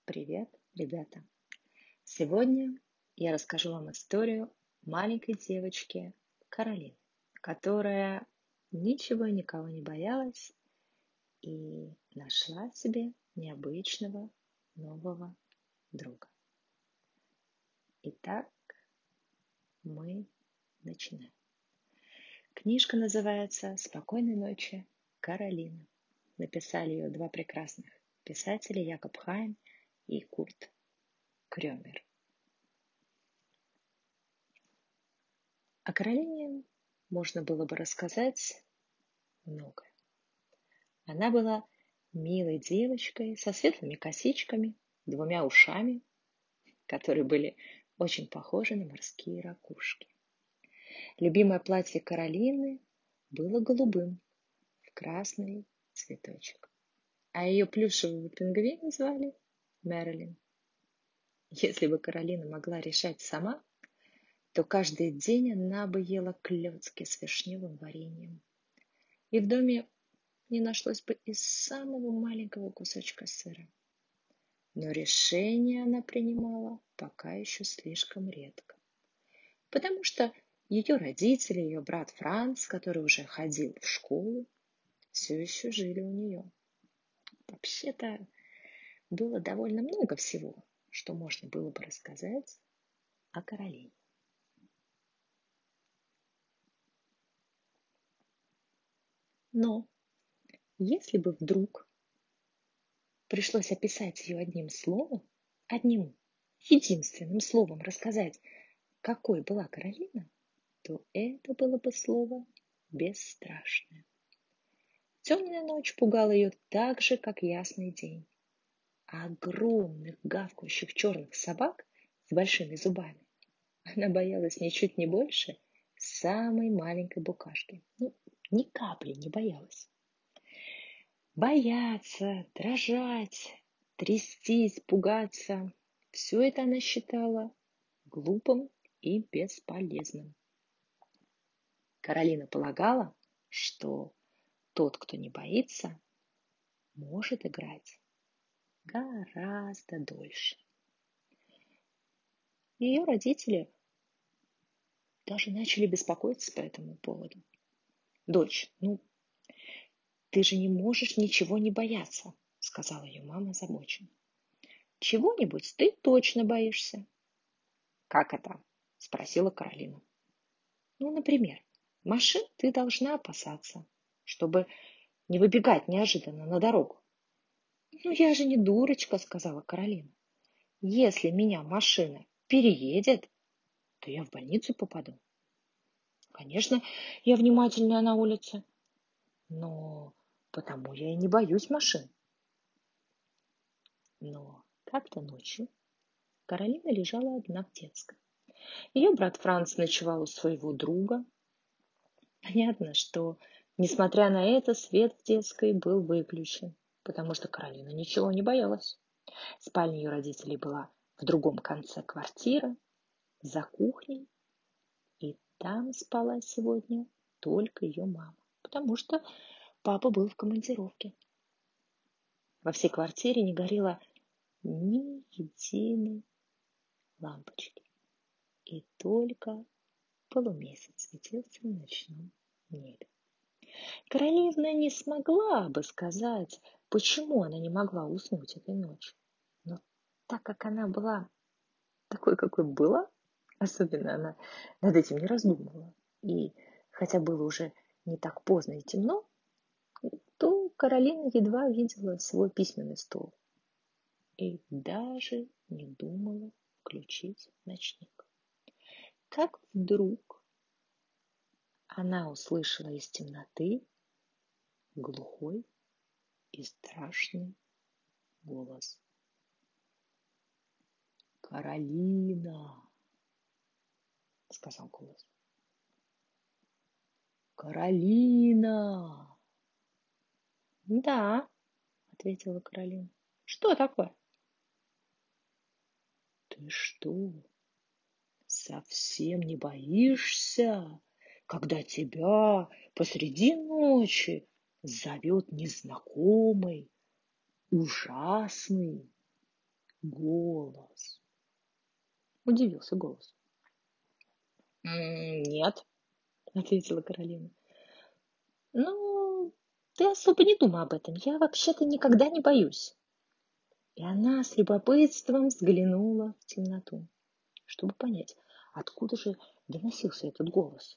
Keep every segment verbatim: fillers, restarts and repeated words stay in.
Привет, ребята! Сегодня я расскажу вам историю маленькой девочки Каролины, которая ничего и никого не боялась и нашла себе необычного нового друга. Итак, мы начинаем. Книжка называется «Спокойной ночи, Каролина». Написали ее два прекрасных писателя Якоб Хайм и Курт Крёмер. О Каролине можно было бы рассказать многое. Она была милой девочкой со светлыми косичками, двумя ушами, которые были очень похожи на морские ракушки. Любимое платье Каролины было голубым, в красный цветочек, а ее плюшевого пингвина звали Мэрилин. Если бы Каролина могла решать сама, то каждый день она бы ела клёцки с вишневым вареньем. И в доме не нашлось бы и самого маленького кусочка сыра. Но решение она принимала пока еще слишком редко, потому что ее родители, ее брат Франц, который уже ходил в школу, все еще жили у нее. Вообще-то было довольно много всего, что можно было бы рассказать о Каролине. Но если бы вдруг пришлось описать ее одним словом, одним единственным словом рассказать, какой была Каролина, то это было бы слово «бесстрашная». Темная ночь пугала ее так же, как ясный день. А огромных гавкающих черных собак с большими зубами она боялась ничуть не больше самой маленькой букашки. Ну, ни капли не боялась. Бояться, дрожать, трястись, пугаться — все это она считала глупым и бесполезным. Каролина полагала, что тот, кто не боится, может играть гораздо дольше. Ее родители даже начали беспокоиться по этому поводу. «Дочь, ну, ты же не можешь ничего не бояться», — сказала ее мама озабоченно. «Чего-нибудь ты точно боишься». «Как это?» — спросила Каролина. «Ну, например, машин ты должна опасаться, чтобы не выбегать неожиданно на дорогу». «Ну, я же не дурочка», — сказала Каролина. «Если меня машина переедет, то я в больницу попаду. Конечно, я внимательная на улице, но потому я и не боюсь машин». Но как-то ночью Каролина лежала одна в детской. Ее брат Франц ночевал у своего друга. Понятно, что, несмотря на это, свет в детской был выключен, потому что Каролина ничего не боялась. Спальня ее родителей была в другом конце квартиры, за кухней, и там спала сегодня только ее мама, потому что папа был в командировке. Во всей квартире не горело ни единой лампочки, и только полумесяц светился в ночном небе. Каролина не смогла бы сказать, почему она не могла уснуть этой ночью. Но так как она была такой, какой была, особенно она над этим не раздумывала, и хотя было уже не так поздно и темно, то Каролина едва видела свой письменный стол и даже не думала включить ночник. Как вдруг она услышала из темноты глухой и страшный голос. «Каролина!» — сказал голос. «Каролина!» «Да», — ответила Каролина. «Что такое?» «Ты что, совсем не боишься, когда тебя посреди ночи зовет незнакомый, ужасный, голос. Удивился голос. «Нет», — ответила Каролина. «Ну, ты особо не думай об этом. Я вообще-то никогда не боюсь». И она с любопытством взглянула в темноту, чтобы понять, откуда же доносился этот голос.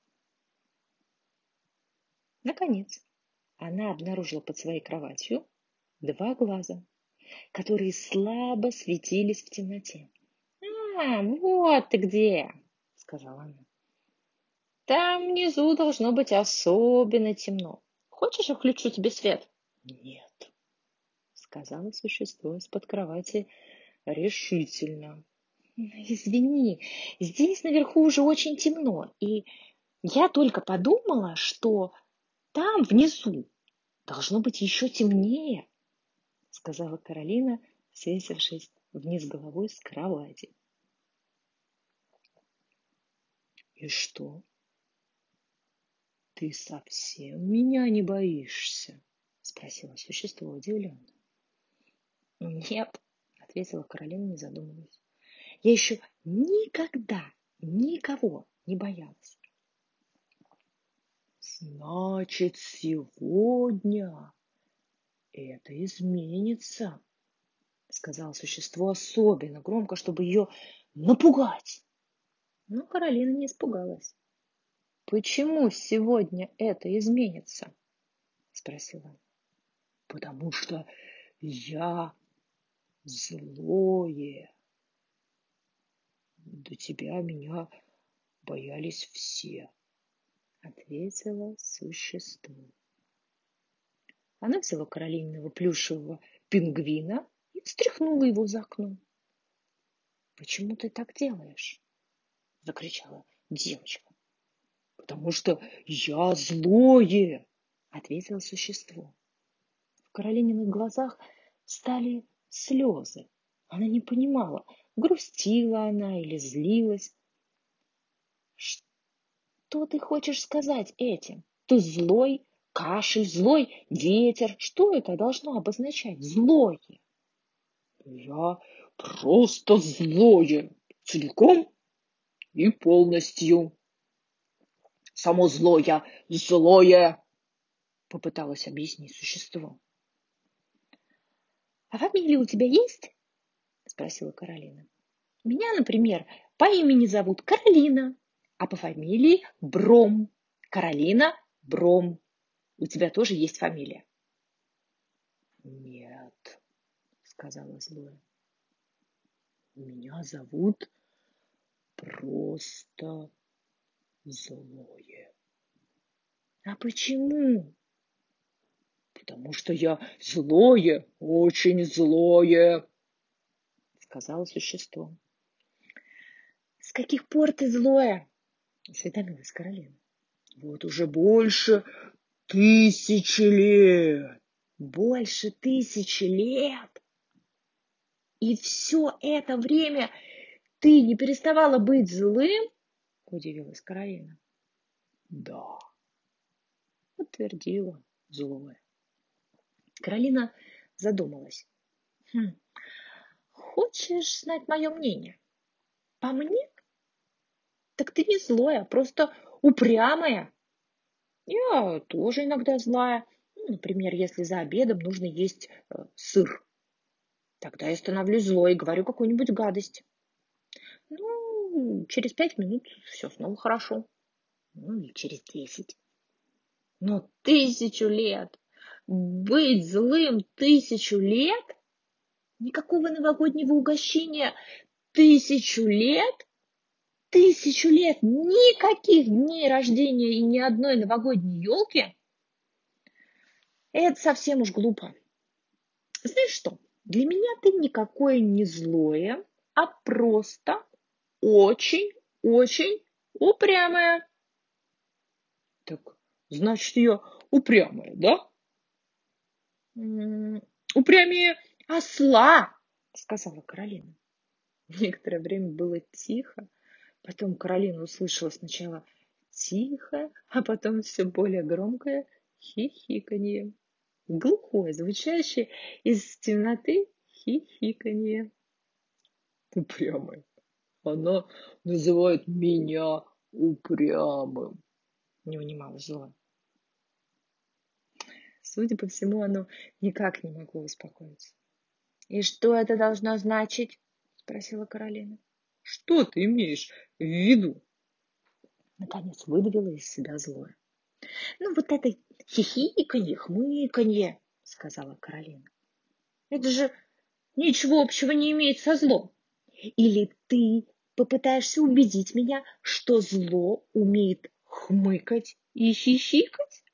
Наконец, она обнаружила под своей кроватью два глаза, которые слабо светились в темноте. «А, вот ты где!» — сказала она. «Там внизу должно быть особенно темно. Хочешь, я включу тебе свет?» «Нет», — сказала существо из-под кровати решительно. «Извини, здесь наверху уже очень темно, и я только подумала, что там внизу должно быть еще темнее», — сказала Каролина, свесившись вниз головой с кровати. «И что? Ты совсем меня не боишься?» — спросило существо удивленно. «Нет», — ответила Каролина, не задумываясь. «Я еще никогда никого не боялась». «Значит, сегодня это изменится», — сказала существо особенно громко, чтобы ее напугать. Но Каролина не испугалась. «Почему сегодня это изменится?» — спросила она. «Потому что я злое. До тебя меня боялись все», — ответило существо. Она взяла Каролининого плюшевого пингвина и встряхнула его за окном. «Почему ты так делаешь?» — закричала девочка. «Потому что я злое», — ответило существо. В Каролининых глазах стали слезы. Она не понимала, грустила она или злилась. «Что ты хочешь сказать этим? Ты злой? Кашель, злой ветер. Что это должно обозначать? Злое?» «Я просто злое, целиком и полностью. Само злое, злое», — попыталась объяснить существо. «А фамилия у тебя есть?» — спросила Каролина. «Меня, например, по имени зовут Каролина, а по фамилии Бром. Каролина Бром. У тебя тоже есть фамилия?» «Нет», — сказала злое. «Меня зовут просто злое». «А почему?» «Потому что я злое, очень злое», — сказала существо. «С каких пор ты злое?» — осведомилась Каролина. «Вот уже больше тысячи лет». «Больше тысячи лет? И все это время ты не переставала быть злым?» — удивилась Каролина. «Да», — подтвердила злое. Каролина задумалась. «Хм, хочешь знать мое мнение? По мне, так ты не злая, а просто упрямая. Я тоже иногда злая. Ну, например, если за обедом нужно есть э, сыр. Тогда я становлюсь злой и говорю какую-нибудь гадость. Ну, через пять минут все снова хорошо. Ну, или через десять. Но тысячу лет! Быть злым тысячу лет? Никакого новогоднего угощения тысячу лет? Тысячу лет никаких дней рождения и ни одной новогодней елки? Это совсем уж глупо. Знаешь что? Для меня ты никакое не злое, а просто очень-очень упрямая. Так, значит, я упрямая, да? М, Упрямее осла, сказала Каролина. Некоторое время было тихо. Потом Каролина услышала сначала тихое, а потом все более громкое хихиканье. Глухое, звучащее из темноты хихиканье. Упрямая. Она называет меня упрямым. Не унималась зло. Судя по всему, оно никак не могло успокоиться. «И что это должно значить?» — спросила Каролина. Что ты имеешь в виду? Наконец выдавила из себя злое. «Ну, вот это хихиканье, хмыканье», — сказала Каролина. «Это же ничего общего не имеет со злом. Или ты попытаешься убедить меня, что зло умеет хмыкать и хихикать?»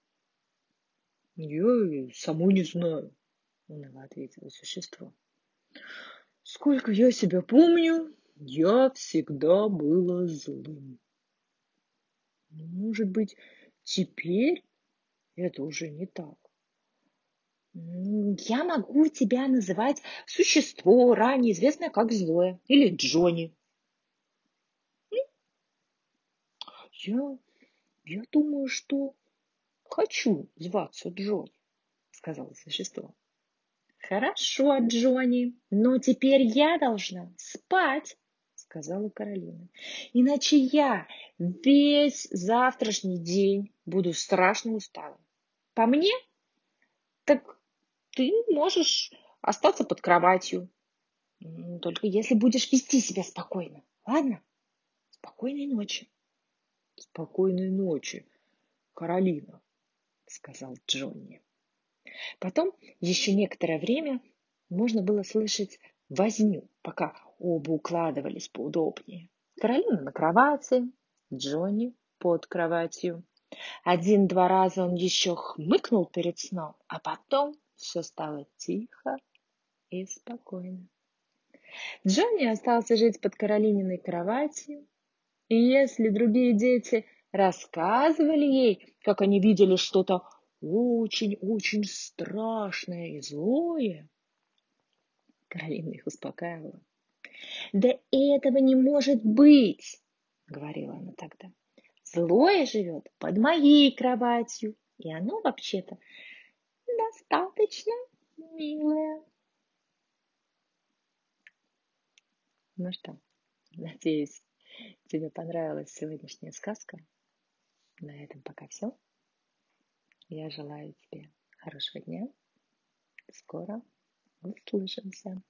Я и саму не знаю, уныло ответило существо. Сколько я себя помню, я всегда была злым. Может быть, теперь это уже не так. «Я могу тебя называть существо, ранее известное как злое, или Джонни». Я, я думаю, что хочу зваться Джонни, сказала существо. «Хорошо, Джонни, но теперь я должна спать», — сказала Каролина. «Иначе я весь завтрашний день буду страшно усталой. По мне, так ты можешь остаться под кроватью. М, Только если будешь вести себя спокойно. Ладно? Спокойной ночи». Спокойной ночи, Каролина, сказал Джонни. Потом еще некоторое время можно было слышать возню, пока оба укладывались поудобнее. Каролина на кровати, Джонни под кроватью. Один-два раза он еще хмыкнул перед сном, а потом все стало тихо и спокойно. Джонни остался жить под Каролининой кроватью, и если другие дети рассказывали ей, как они видели что-то очень-очень страшное и злое, Каролина их успокаивала. «Да этого не может быть!» — говорила она тогда. «Злое живет под моей кроватью, и оно вообще-то достаточно милое». Ну что, надеюсь, тебе понравилась сегодняшняя сказка. На этом пока все. Я желаю тебе хорошего дня. Скоро услышимся.